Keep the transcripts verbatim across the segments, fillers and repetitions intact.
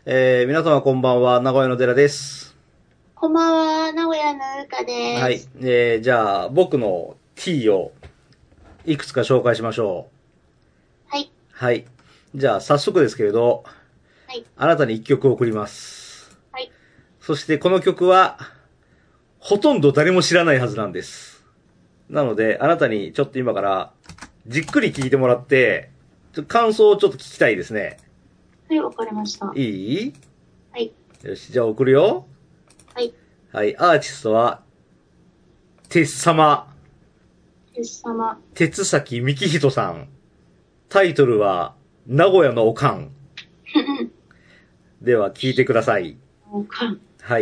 えー、皆様こんばんは、名古屋の寺です。 こんばんは、名古屋のうかです。 はい。えー、じゃあ、僕の T をいくつか紹介しましょう。はい。 はい。じゃあ、早速ですけれど、 はい。 あなたにいっきょく送ります。 はい。 そしてこの曲は、ほとんど誰も知らないはずなんです。なので、あなたにちょっと今から、じっくり聴いてもらって、感想をちょっと聞きたいですね。 はい、わかりました。 いい？ はい。 よし、じゃあ送るよ。 はい。 はい、アーティストは、てっさま。 てっさま。 鉄崎幹人さん。タイトルは、名古屋のおかん。では、聞いてください。 おかん。 はい。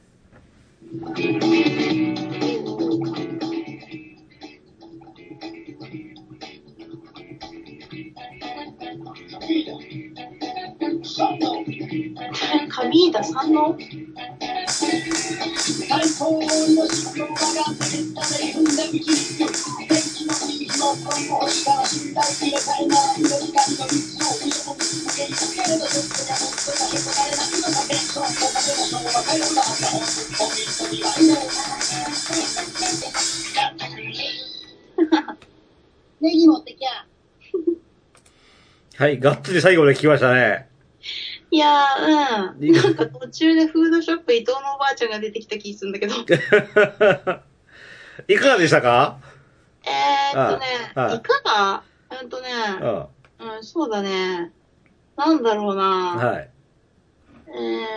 上田さんのネギ持ってきゃ。 はい、がっつり最後まで聞きましたね。 いやー、うん。なんか途中でフードショップ伊藤のおばあちゃんが出てきた気するんだけど。 いかがでしたか？ えーっとね、 ああいかがうんとね、 あうん、そうだね。なんだろうな。 はい。 え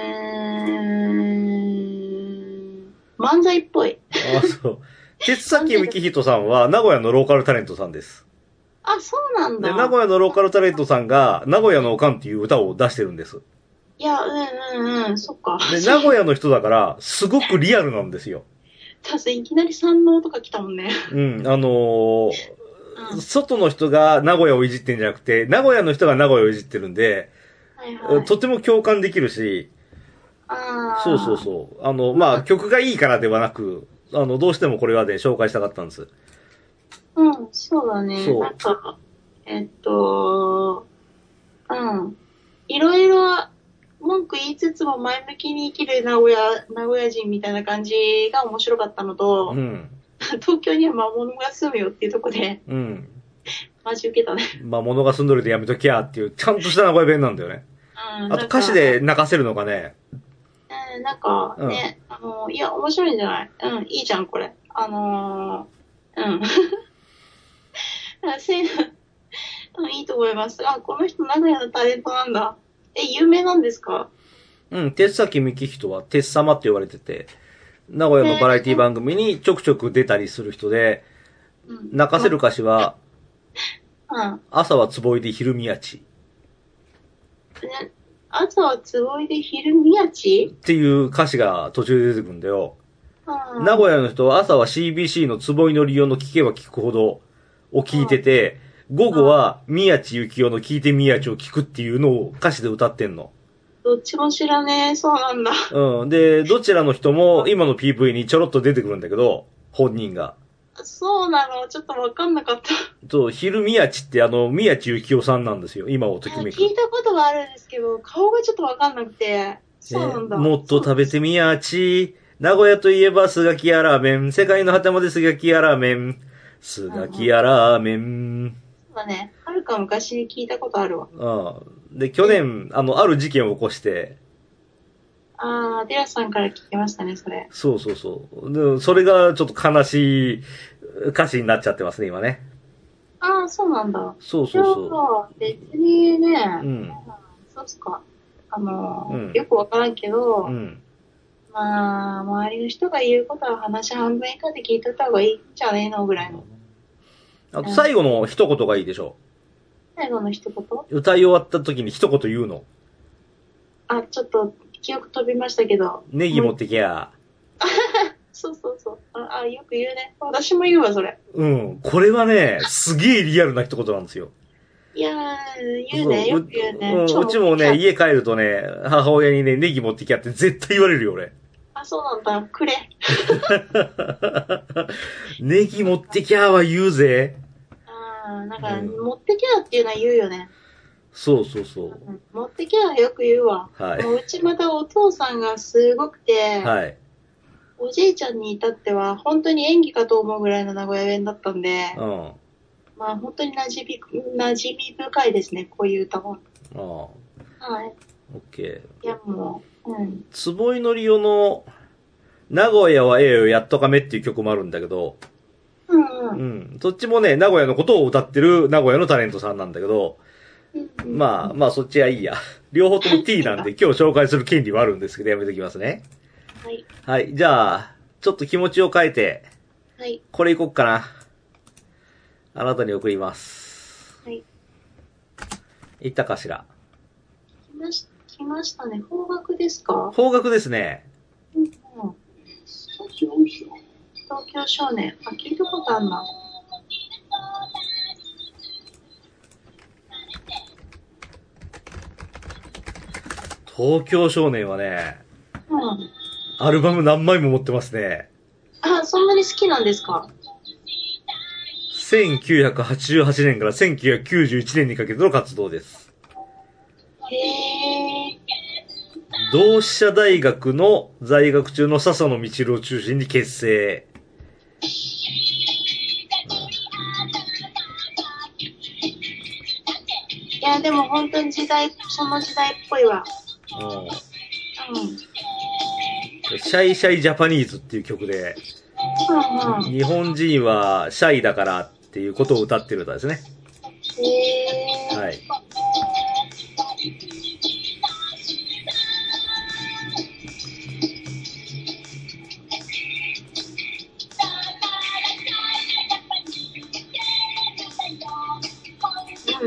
ー、漫才っぽい。 あ、そう。鉄崎幹人さんは名古屋のローカルタレントさんです。 あ、そうなんだ。 で、名古屋のローカルタレントさんが、名古屋のおかんっていう歌を出してるんです。 いや、うんうんうん、そっか。 で、名古屋の人だから、すごくリアルなんですよ。 ただいきなり山王とか来たもんね。 うん、あのーうん、 外の人が名古屋をいじってんじゃなくて、名古屋の人が名古屋をいじってるんで、 はいはい。 とても共感できるし、そうそうあそう。あの、まあ、曲がいいからではなく、あの、どうしてもこれはね、紹介したかったんです。 あ、うん、そうだね。 そう。 なんか、えっと、うん。いろいろ文句言いつつも前向きに生きる名古屋、名古屋人みたいな感じが面白かったのと、 うん。 東京には魔物が住むよっていうとこで、 うん。 マジ受けたね。 まあ、物が住んどるでやめときゃっていう、ちゃんとした名古屋弁なんだよね。 うん、 あとなんか、 歌詞で泣かせるのがね、 うん、なんかうん。 ね、あの、いや、面白いんじゃない？うん、いいじゃん、これ。あのー、うん。せうん、いいと思います。あ、この人名古屋のタレントなんだ。え、有名なんですか？ うん、鉄崎幹人は鉄様って言われてて、名古屋のバラエティ番組にちょくちょく出たりする人で、 うん。 泣かせる歌詞は、 うん。 朝はつぼいで昼宮地ね、朝はつぼいで昼宮地？ っていう歌詞が途中で出てくるんだよ。 うん。 名古屋の人は朝は シービーシー のつぼいの利用の聞けば聞くほどを聞いてて、午後は宮地幸雄の聞いて宮地を聞くっていうのを歌詞で歌ってんの。 どっちも知らねえ。そうなんだ。 うん。で、どちらの人も今の ピーブイ にちょろっと出てくるんだけど、本人が。 そうなの。ちょっとわかんなかった。 と、昼宮地ってあの、宮地幸雄さんなんですよ。今をときめく。 聞いたことがあるんですけど、顔がちょっとわかんなくて。そうなんだ。 えーもっと食べてみやち。名古屋といえばスガキヤラーメン。世界の果てまでスガキヤラーメン。スガキヤラーメン。 そうだね。はるか昔に聞いたことあるわ。 ああで、去年、あの、ある事件を起こして、 あー、デラさんから聞きましたね、それ。 そうそうそう。で、それがちょっと悲しい歌詞になっちゃってますね、今ね。 あー、そうなんだ。 そうそうそいや別にね、 う。うん。 そうっすか。あの、 うんよくわからんけど、 うん。 まあ、周りの人が言うことは話半分以下で聞いとった方がいいんじゃねえのぐらいの。 あと、最後の一言がいいでしょ。 最後の一言歌い終わった時に一言言うの。 あ、ちょっと記憶飛びましたけど。 ネギ持ってきゃ。 そうそうそう。あ、あよく言うね。私も言うわ、それ。 うん。これはね、すげえリアルな一言なんですよ。 いやー、言うね。よく言うね。 う、うん、うちもね、家帰るとね、母親にね、ネギ持ってきゃって絶対言われるよ、俺。 あ、そうなんだ。くれ。 ネギ持ってきゃは言うぜ。 あー、なんか、うん、持ってきゃっていうのは言うよね。 そうそうそう。 うん、持ってきゃよく言うわ。 はい。 もううちまたお父さんがすごくて、 はい。 おじいちゃんに至っては本当に演技かと思うぐらいの名古屋弁だったんで、 うん。あまあ本当に馴染み、馴染み深いですね、こういう歌は。 あ。オはい。 ッケー。 いやもう、うん。 坪井のりおの、名古屋はええよ、やっとかめっていう曲もあるんだけど、 うんうん。 うん。そっちもね、名古屋のことを歌ってる名古屋のタレントさんなんだけど、 うんうん、 まあ、まあそっちはいいや。両方とも T なんで今日紹介する権利はあるんですけど、やめときますね。 はい。 はい。じゃあ、ちょっと気持ちを変えて、 はい。 これいこっかな。あなたに送ります。 はい。 いったかしら。 来まし、来ましたね。方角ですか？ 方角ですね。 うんうん。東京少年。あ、聞いたことあるな。 東京少年はね、 うん。 アルバム何枚も持ってますね。 あ、そんなに好きなんですか？ せんきゅうひゃくはちじゅうはちねんからせんきゅうひゃくきゅうじゅういちねんにかけての活動です。 へえ。 同志社大学の在学中の笹野道を中心に結成。 いや、でも本当に時代、その時代っぽいわ。 うん。 うん。 シャイシャイジャパニーズっていう曲で、 うんうん。 日本人はシャイだからっていうことを歌ってる歌ですね。 へえ。 はい。 うん。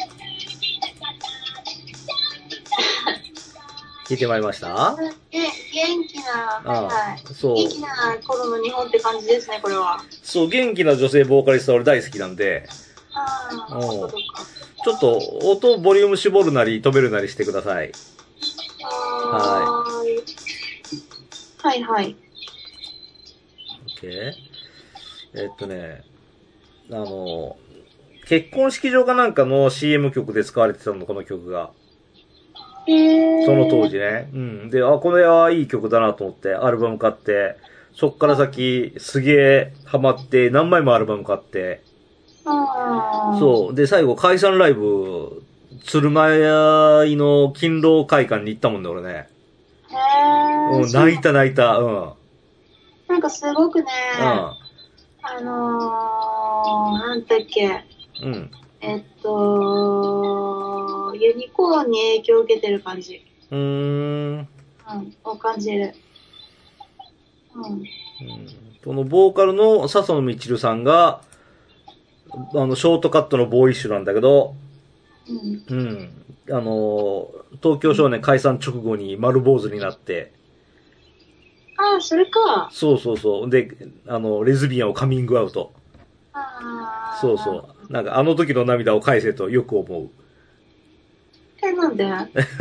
聞いてまいりました？ え、元気な、はいはい。 そう。 元気な頃の日本って感じですね、これは。 そう、元気な女性ボーカリストは俺大好きなんで、 ああ、 うん。 そうかそうか。 ちょっと音ボリューム絞るなり止めるなりしてください。ははーい。はいはい。 い。OK。えっとね、あの、結婚式場かなんかの シーエム 曲で使われてたの、この曲が。 へー。 その当時ね。うん。で、あ、これはいい曲だなと思って、アルバム買って、そっから先、すげえハマって、何枚もアルバム買って、 あー。 そう。で、最後解散ライブ、鶴舞の勤労会館に行ったもんね、俺ね。 へー。 うん、泣いた泣いた。うん。 なんかすごくね、 うん。 あのー、なんだっけ、 うん。 えっと、ユニコーンに影響を受けてる感じ。 うーん。 うん、を感じる。うん。 うん、このボーカルの笹野みちるさんが、あの、ショートカットのボーイッシュなんだけど、 うん。 うん。あの、東京少年解散直後に丸坊主になって、 ああ、それか。 そうそうそう。で、あの、レズビアンをカミングアウト。 ああ。 そうそう。なんか、あの時の涙を返せとよく思う。 え、なんで？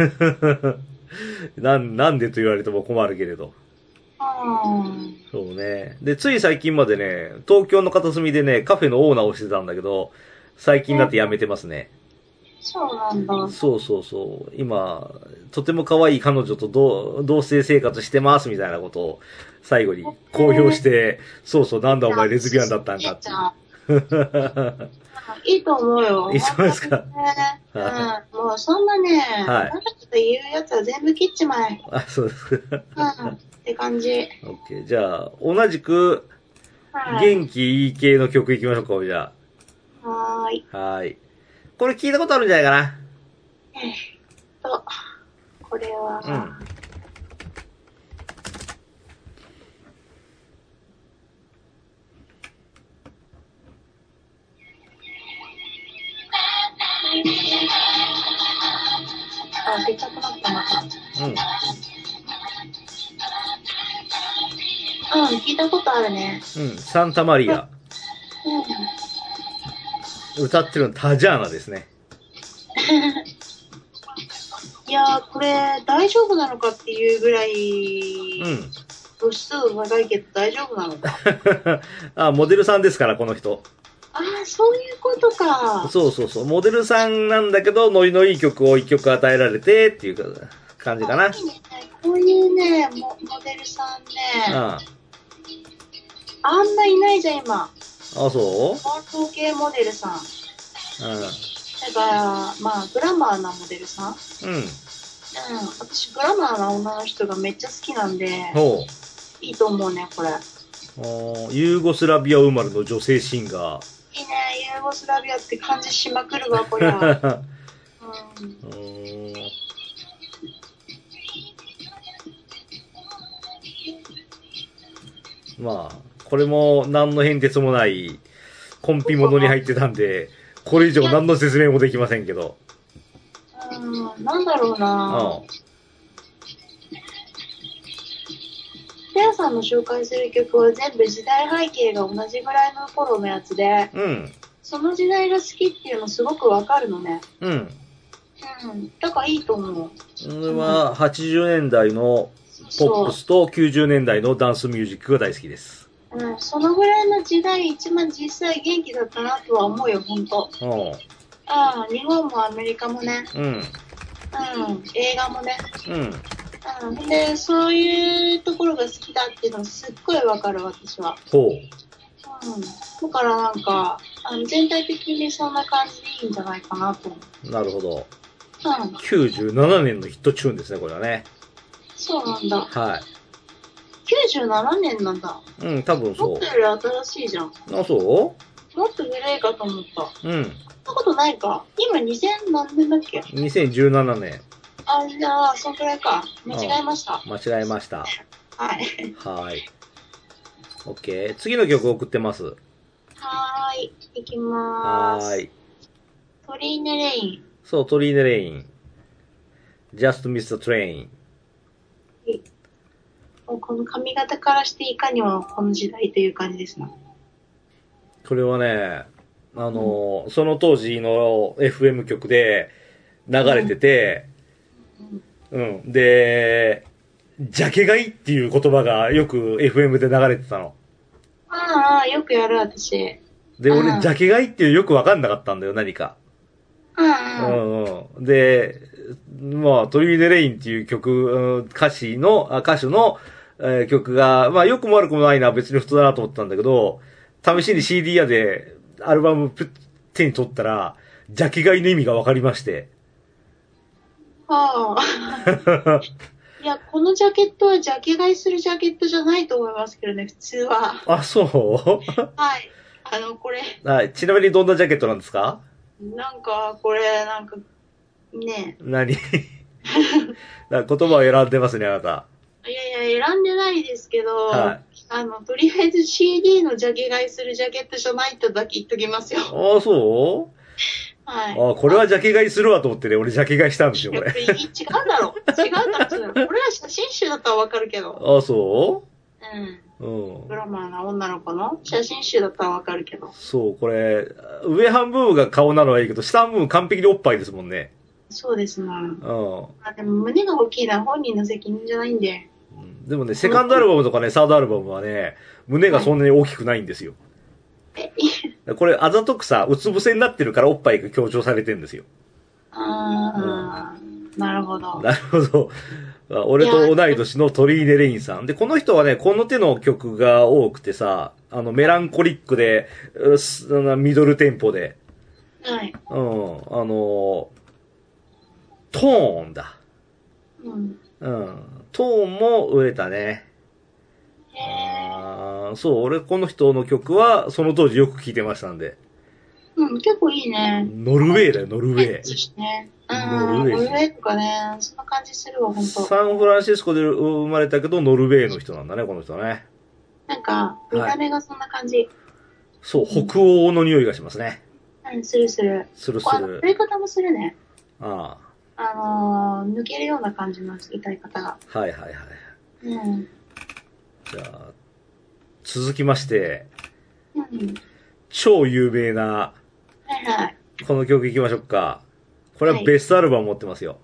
なん、なんでと言われても困るけれど。 あそうね。で、つい最近までね、東京の片隅でね、カフェのオーナーをしてたんだけど、最近になって辞めてますね。 そうなんだ。 そうそうそう。今、とても可愛い彼女と同同棲生活してますみたいなことを最後に公表して、そうそう、なんだお前レズビアンだったんかっていう。 いいと思うよ。 いいと思いますか？ ね、うん。もうそんなね、 はい。 長く言うやつは全部切っちまえ。 あ、そうです。 うん。って感じ。 オッケー。じゃあ、同じく、 はい。 元気いい系の曲いきましょうか、じゃはーい。 あ。はーい。これ聞いたことあるんじゃないかな。 えっと、これは、 うん。 あ、出たくなったまた。 うん。 うん、聞いたことあるね。 うん。サンタマリア。 うん。 歌ってるのタジャーナですね。 いやー、これ大丈夫なのかっていうぐらい、 うん。 露出度高いけど大丈夫なのか。 あ、モデルさんですから、この人。 ああ、そういうことか。 そうそうそう。モデルさんなんだけど、ノリのいい曲を一曲与えられてっていう感じかな。 いいね。こういうね、モモデルさんね、 うん。あ、 あんまいないじゃん、今。 そ本当系モデルさん。だうから、まあ、グラマーなモデルさん。うん、 ん。うん。 私、グラマーな女の人がめっちゃ好きなんで、 ほいいと思うね、これ。いいね、 う。ユーゴスラビア生まれの女性シンガー。 ユーゴスラビアって感じしまくるわ、こりゃ。うん、 うーんまあ、これも何の変哲もないコンピものに入ってたんで、これ以上何の説明もできませんけど。 うん、なんだろううな。 ん。 ペアさんの紹介する曲は全部時代背景が同じぐらいの頃のやつで、 うん。 その時代が好きっていうのすごくわかるのね。 うん。 うん。だからいいと思う。 それははちじゅうねんだいのポップスときゅうじゅうねんだいのダンスミュージックが大好きです。 うん、そのぐらいの時代一番実際元気だったなとは思うよ、ほんと。 うああ、日本もアメリカもね。 ん。うん。 うん、映画もね。 うん。 うん、で、そういうところが好きだっていうのすっごいわかる、私は。 ほうん。だからなんか、あの全体的にそんな感じでいいんじゃないかなと思う。 う。なるほど。 うん。 きゅうじゅうななねんのヒットチューンですね、これはね。 そうなんだ。 はきゅうじゅうななねんなんだ。 い。うん、多分もそっとより新しいじゃん。 う。あ、そもっと古いかと思った。そんううん。 なことないか。今にせん何年だっけ？ にせんじゅうななねん。 あ、じゃあ、そんくらいか。間違えました。 間違えました。 はい。 はい。OK。次の曲送ってます。 はーい。いきまーす。 はーい。 トリーネレイン。 そう、トリーネレイン。Just Miss the Train。 もうこの髪型からしていかにもこの時代という感じですな。 これはね、あの、その当時の エフエム 局で流れてて、うん。で、ジャケ買いっていう言葉がよく エフエム で流れてたの。 ああ、よくやる私。 で、俺、 うんジャケ買いっていうよくわかんなかったんだよ、何か。 ううんんうん。で、まあ、トリーネレインっていう曲、うん歌詞の、あ歌手の、えー曲が、まあ、良くも悪くもないな、別に普通だなと思ったんだけど、試しに シーディー 屋でアルバムプッ手に取ったら、ジャケ買いの意味がわかりまして。 はあ。いや、このジャケットはジャケ買いするジャケットじゃないと思いますけどね、普通は。 あ、そはい。あの、これ、 うはい。ちなみにどんなジャケットなんですか？ なんか、これ、なんか、ね何なんか言葉を選んでますね、あなた。 いやいや、選んでないですけど、 はいあの、とりあえず シーディー のジャケ買いするジャケットじゃないとだけ言っときますよ。 ああ、そうはい。 ああ、これはジャケ買いするわと思ってね、俺ジャケ買いしたんですよ、これ。 やっぱり違うだろ。違うだろ。違うだろこれは写真集だったらわかるけど。 ああ、そうん。 ううんド。ラマーな女の子の写真集だったらわかるけど。 そう、これ、上半分が顔なのはいいけど、下半分完璧におっぱいですもんね。 そうですな。 うん。 あ、でも胸が大きいのは本人の責任じゃないんで。 でもね、セカンドアルバムとかね、サードアルバムはね、胸がそんなに大きくないんですよ。 え、 これ、あざとくさ、うつ伏せになってるからおっぱいが強調されてるんですよ。 あー、なるほど。 なるほど。あ俺と同い年のトリーネ・レインさん。で、この人はね、この手の曲が多くてさ、あの、メランコリックで、うすミドルテンポで、 はい。 うん、あの、トーンだ。 うん。 うん。トーンも売れたね。 へー。 あーそう、俺この人の曲はその当時よく聴いてましたんで。 うん、結構いいね。 ノルウェーだよ、ノルウェー。 そしてね。うん、 ノルウェーノルウェーとかね、そんな感じするわ、ほんと。 サンフランシスコで生まれたけど、ノルウェーの人なんだね、この人はね。 なんか、見た目がそんな感じ。 そう、北欧の匂いがしますね。 うん、するする。 するすあの、 る歌。い方もするね。 ああのー、抜けるような感じの歌い方が。 あ、はいはいはい。 うん。 じゃあ、続きまして、 うん。 超有名な、 はいはい。 この曲いきましょうか。これはベストアルバム持ってますよ。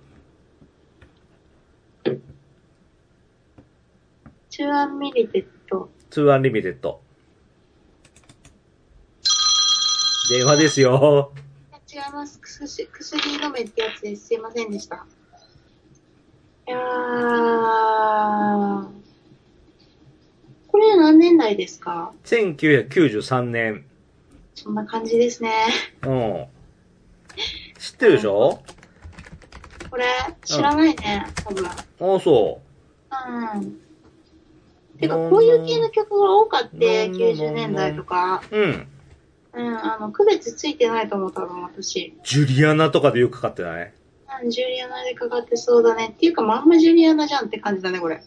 中安ミリテッド。 ツーアンリミテッド。 電話ですよ。 違います。薬、薬飲めってやつです。すいませんでした。いやー、これ何年代ですか？ せんきゅうひゃくきゅうじゅうさんねん。 そんな感じですね。 うん。知ってるでしょ？ これ、知らないね、多分。 ああ、そうん。てか、こういう系の曲が多かって、きゅうじゅうねんだいとか。 う。うん。 うん、あの、区別ついてないと思う、多分私。 ジュリアナとかでよくかかってない？ うん、ジュリアナでかかってそうだね。っていうか、まんまジュリアナじゃんって感じだね、これ。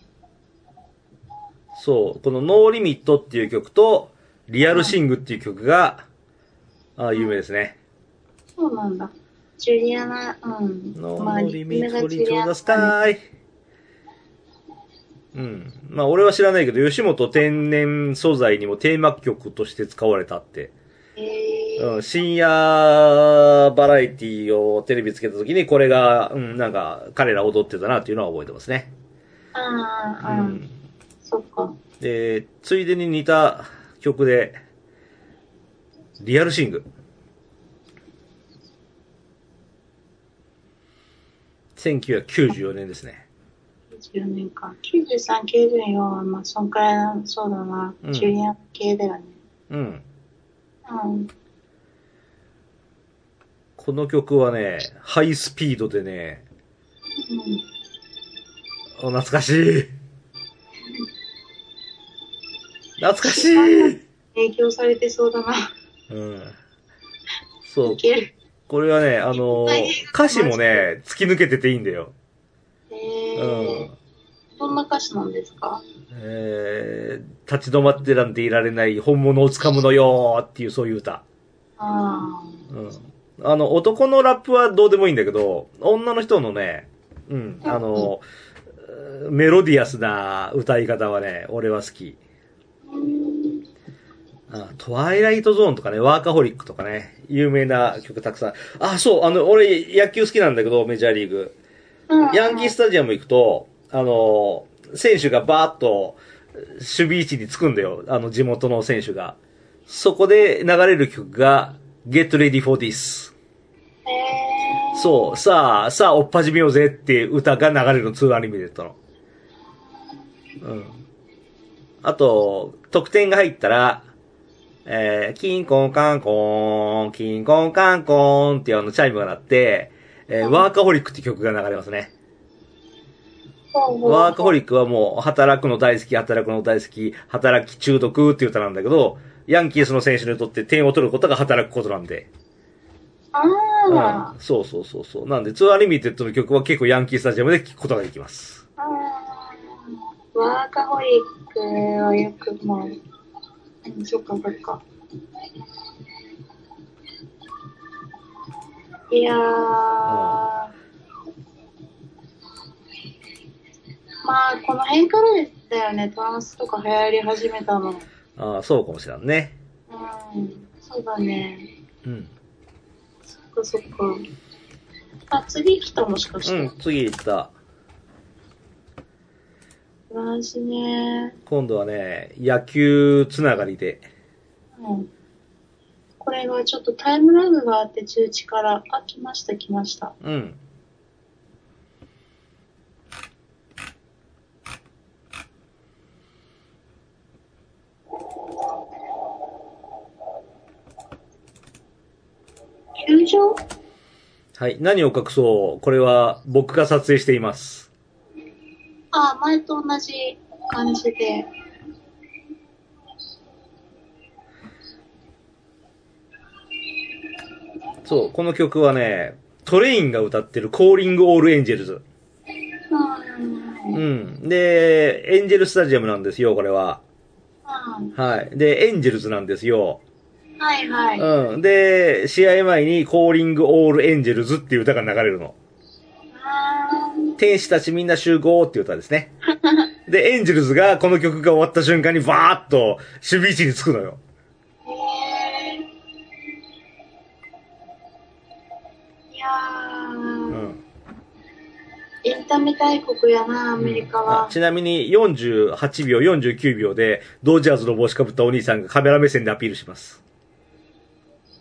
そう。このノーリミットっていう曲と、リアルシングっていう曲が、ああ、有名ですね。 そうなんだ。ジュリアナ、うん。 ノまあ、 ーリミット、 リズムがジュリチョーザリアナスカイ。うん。まあ、俺は知らないけど、吉本天然素材にもテーマ曲として使われたって。 へー。 うん、深夜バラエティをテレビつけた時にこれが、うん、なんか彼ら踊ってたなっていうのは覚えてますね。 ああ、 ううんん。そっか。 で、ついでに似た曲で、リアルシング。せんきゅうひゃくきゅうじゅうよねんですね。 きゅうじゅうよねんか。きゅうじゅうさん、きゅうじゅうよんは、まあ、そんくらいな、そうだな。 うんジュリアナ系だよね。 うん。 うん。 この曲はね、ハイスピードでね、お懐かしい。懐かしい。 影響されてそうだな。 うん。そう。 いける。 これはね、あのー歌詞もね、突き抜けてていいんだよ。 えうー、 ん。 どんな歌詞なんですか？ えー、立ち止まってなんていられない本物をつかむのよーっていうそういう歌。 あうん。あの、男のラップはどうでもいいんだけど、女の人のね、うん、あの、メロディアスな歌い方はね、俺は好き。 ー。うんあ、トワイライトゾーンとかね、ワーカホリックとかね、有名な曲たくさん。あ、そう、あの、俺野球好きなんだけど、メジャーリーグ。ヤンキースタジアム行くと、あの、選手がバーッと守備位置につくんだよ。あの、地元の選手が。そこで流れる曲が、Get Ready for This。 えー、 そう、さあ、さあ、追っ始めようぜっていう歌が流れるの、ツーアニメテッドの。うん。あと、得点が入ったら、えー、キンコンカンコーン、キンコンカンコーンっていうあのチャイムが鳴って、えー、ワーカホリックって曲が流れますね。ワーカホリックはもう、働くの大好き、働くの大好き、働き中毒っていう歌なんだけど、ヤンキースの選手にとって点を取ることが働くことなんで。 ああ、 うん、そうそうそうそう。なんで、ツアーリミテッドの曲は結構ヤンキースタジアムで聴くことができます。 あーワーカホリックはよくもう、うん、そっかそっか。いやー、 うん、 まあ、この辺からだよね、トランスとか流行り始めたの。 ああ、そうかもしれんね。 うん、そうだね。 うん。 そっかそっか。あ、次来たもしかして。 うん、次行った。 フランスね。 今度はね、野球つながりで。 うん。これがちょっとタイムラグがあって通知から、あ、来ました来ました。 うん。 球場？ はい。何を隠そう。これは僕が撮影しています。 あ、前と同じ感じで。 そう。この曲はね、トレインが歌ってるコーリングオールエンジェルズ。 うん。 ううん。 ん。で、エンジェルスタジアムなんですよ、これは。はい。で、エンジェルズなんですよ。 はいはい。 うん。で、試合前にコーリングオールエンジェルズっていう歌が流れるの。 あ天使たちみんな集合っていう歌ですね。で、エンジェルズがこの曲が終わった瞬間にバーッと守備位置につくのよ。 ーへーいやー、 うん。 エンタメ大国やな、アメリカは。 あちなみによんじゅうはちびょう、よんじゅうきゅうびょうで、ドジャーズの帽子かぶったお兄さんがカメラ目線でアピールします。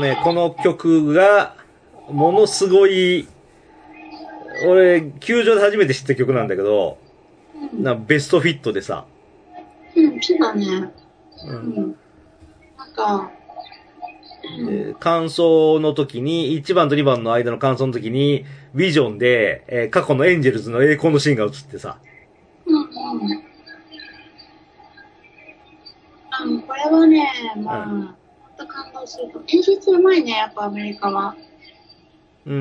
ね、この曲が、ものすごい、俺、球場で初めて知った曲なんだけど、 うん。 なベストフィットでさ、 うん、そうだね。 ううんん。なんか、うん。 で感想の時に、いちばんとにばんの間の感想の時に、ビジョンで、えー過去のエンジェルズの栄光のシーンが映ってさ、 うんうん。あの、これはね、まあ、 うん。 ほんと感動すると。演出うまいね、やっぱアメリカは。 うん。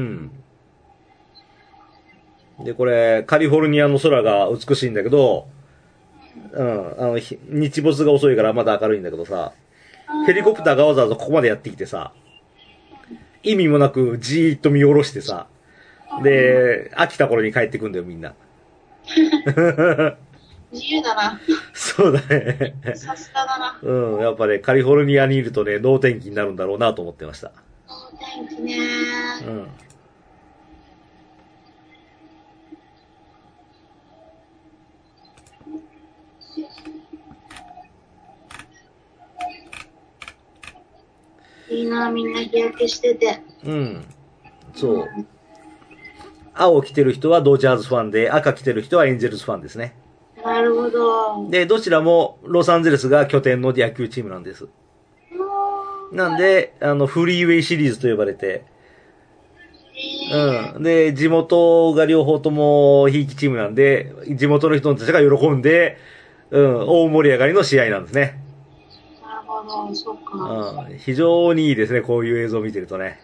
で、これ、カリフォルニアの空が美しいんだけど、うん、あの、ひ日没が遅いからまだ明るいんだけどさ、ヘリコプターがわざわざここまでやってきてさ、意味もなくじーっと見下ろしてさ、で、飽きた頃に帰ってくんだよ、みんな。 自由だな。 そうだね。 さすがだな。 うん、やっぱね、カリフォルニアにいるとね、能天気になるんだろうなと思ってました。 お天気ね。 うん。 いいな、みんな日焼けしてて。 うん。そう。青着てる人はドジャーズファンで、赤着てる人はエンジェルスファンですね。 なるほど。 で、どちらもロサンゼルスが拠点の野球チームなんです。なんで、あの、フリーウェイシリーズと呼ばれて、うん。で、地元が両方ともひいきチームなんで、地元の人たちが喜んで、うん、大盛り上がりの試合なんですね。 なるほど、そうか。 うん。非常にいいですね、こういう映像を見てるとね。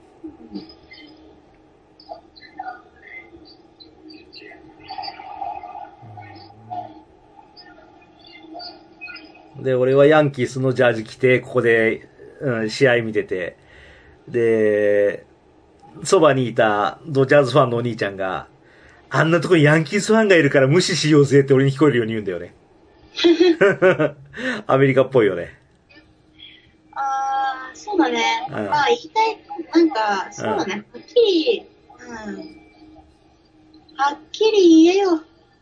で、俺はヤンキースのジャージ着て、ここで、うん、試合見てて、で、そばにいたドジャーズファンのお兄ちゃんが、あんなとこにヤンキースファンがいるから無視しようぜって俺に聞こえるように言うんだよね。アメリカっぽいよね。 ああ、そうだね。 うんまあ、言いたい、なんか、そうだね。はっきり、うん。はっきり言えよ。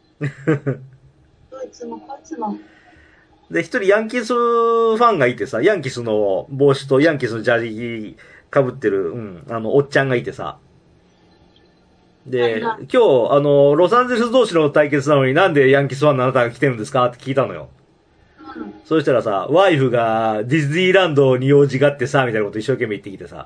どいつもこいつも。 で、一人ヤンキースファンがいてさ、ヤンキースの帽子とヤンキースのジャージ被ってる、うん、あの、おっちゃんがいてさ。で、今日、あの、ロサンゼルス同士の対決なのになんでヤンキースファンのあなたが来てるんですかって聞いたのよ。 うん。 そしたらさ、ワイフがディズニーランドに用事があってさ、みたいなこと一生懸命言ってきてさ。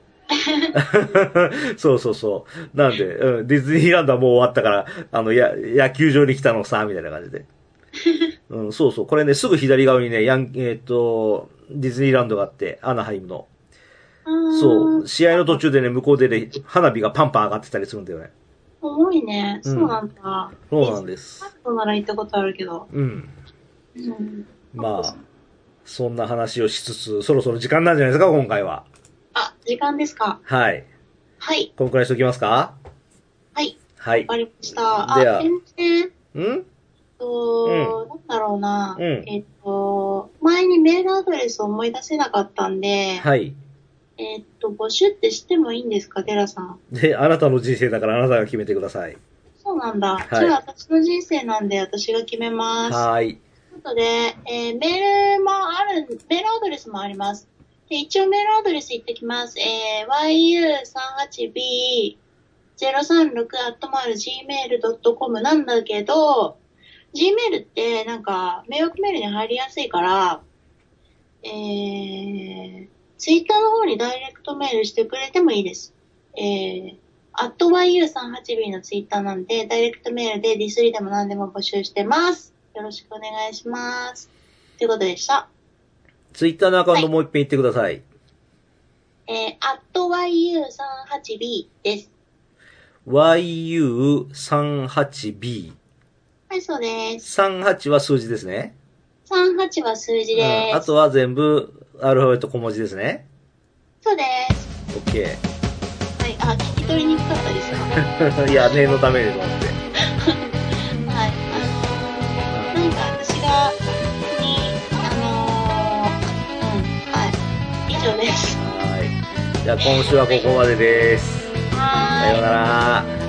そうそうそう。なんで、うん、ディズニーランドはもう終わったから、あの、や、野球場に来たのさ、みたいな感じで。うん、そうそう。これね、すぐ左側にね、ヤン、えっ、と、ディズニーランドがあって、アナハイムの。そう。試合の途中でね、向こうでね、花火がパンパン上がってたりするんだよね。 重いね。そうなんだ。 そうなんです。 そうなら行ったことあるけど。 うん。 うん。 まあ、そんな話をしつつ、そろそろ時間なんじゃないですか、今回は。 あ、時間ですか。 はい。 はい。 こんくらいしときますか。 はい。 はいわ。かりました。あ、 では全然、 んと、なんだろうな。 うんえっと、前にメールアドレスを思い出せなかったんで、 はい。 えっと、募集ってしてもいいんですか、デラさん。 で、あなたの人生だからあなたが決めてください。 そうなんだ。 はいじゃあ、私の人生なんで私が決めます。 はーい。 ということで、えーメールもある、メールアドレスもあります。で、一応メールアドレス言ってきます。えー、ワイユーさんはちビーゼロさんろく アットマーク ジーメールドットコム なんだけど、Gmail ってなんか迷惑メールに入りやすいから、えー、Twitter の方にダイレクトメールしてくれてもいいです。えー、アット ワイユーさんはちビー の Twitter なんで、ダイレクトメールでディスリーでも何でも募集してます。よろしくお願いします。ということでした。 ツイッターのアカウントもう一遍言ってください。 えー、アット ワイユーさんはちビー です。 ワイユーさんはちビー。 はい、そうです。 さんはちは数字ですね。 さんはちは数字です。 うん。あとは全部アルファベット小文字ですね。 そうです。 オッケはい、あ、聞き取りにくかったですかー。いや、念のためでと思って。 はい、あのー、なんか私が、に、あのー、うん、はい、以上です。 はい。じゃあ今週はここまでです。 はーい。 さようなら。